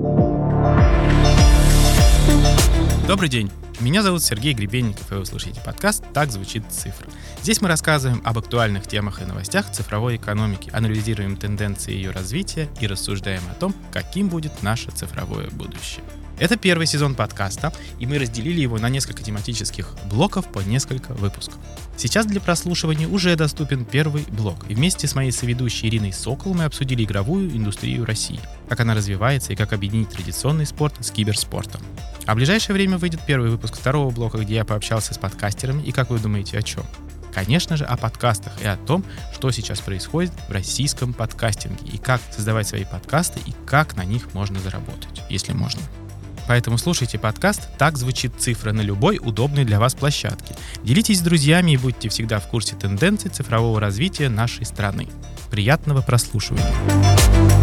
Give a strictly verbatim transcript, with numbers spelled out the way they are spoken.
Добрый день, меня зовут Сергей Гребенников, и вы слушаете подкаст «Так звучит цифра». Здесь мы рассказываем об актуальных темах и новостях цифровой экономики, анализируем тенденции ее развития и рассуждаем о том, каким будет наше цифровое будущее. Это первый сезон подкаста, и мы разделили его на несколько тематических блоков по несколько выпусков. Сейчас для прослушивания уже доступен первый блок, и вместе с моей соведущей Ириной Сокол мы обсудили игровую индустрию России, как она развивается и как объединить традиционный спорт с киберспортом. А в ближайшее время выйдет первый выпуск второго блока, где я пообщался с подкастерами, и как вы думаете, о чем? Конечно же, о подкастах и о том, что сейчас происходит в российском подкастинге, и как создавать свои подкасты, и как на них можно заработать, если можно. Поэтому слушайте подкаст «Так звучит цифра» на любой удобной для вас площадке. Делитесь с друзьями и будьте всегда в курсе тенденций цифрового развития нашей страны. Приятного прослушивания!